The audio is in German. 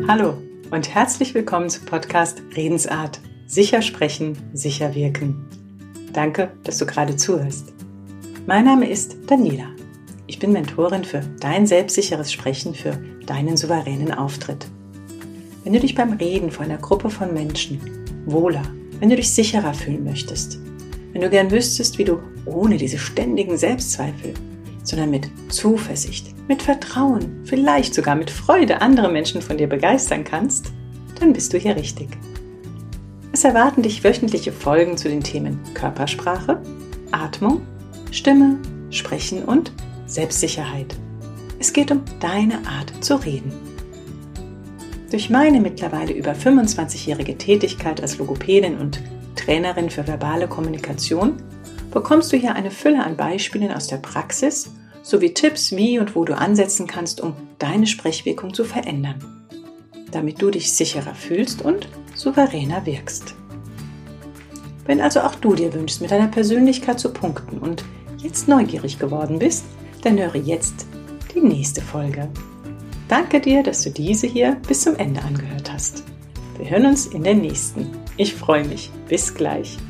Hallo und herzlich willkommen zum Podcast Redensart. Sicher sprechen, sicher wirken. Danke, dass du gerade zuhörst. Mein Name ist Daniela. Ich bin Mentorin für dein selbstsicheres Sprechen, für deinen souveränen Auftritt. Wenn du dich beim Reden vor einer Gruppe von Menschen wohler, wenn du dich sicherer fühlen möchtest, wenn du gern wüsstest, wie du ohne diese ständigen Selbstzweifel, sondern mit Zuversicht, mit Vertrauen, vielleicht sogar mit Freude andere Menschen von dir begeistern kannst, dann bist du hier richtig. Es erwarten dich wöchentliche Folgen zu den Themen Körpersprache, Atmung, Stimme, Sprechen und Selbstsicherheit. Es geht um deine Art zu reden. Durch meine mittlerweile über 25-jährige Tätigkeit als Logopädin und Trainerin für verbale Kommunikation bekommst du hier eine Fülle an Beispielen aus der Praxis sowie Tipps, wie und wo du ansetzen kannst, um deine Sprechwirkung zu verändern, damit du dich sicherer fühlst und souveräner wirkst. Wenn also auch du dir wünschst, mit deiner Persönlichkeit zu punkten und jetzt neugierig geworden bist, dann höre jetzt die nächste Folge. Danke dir, dass du diese hier bis zum Ende angehört hast. Wir hören uns in der nächsten. Ich freue mich. Bis gleich.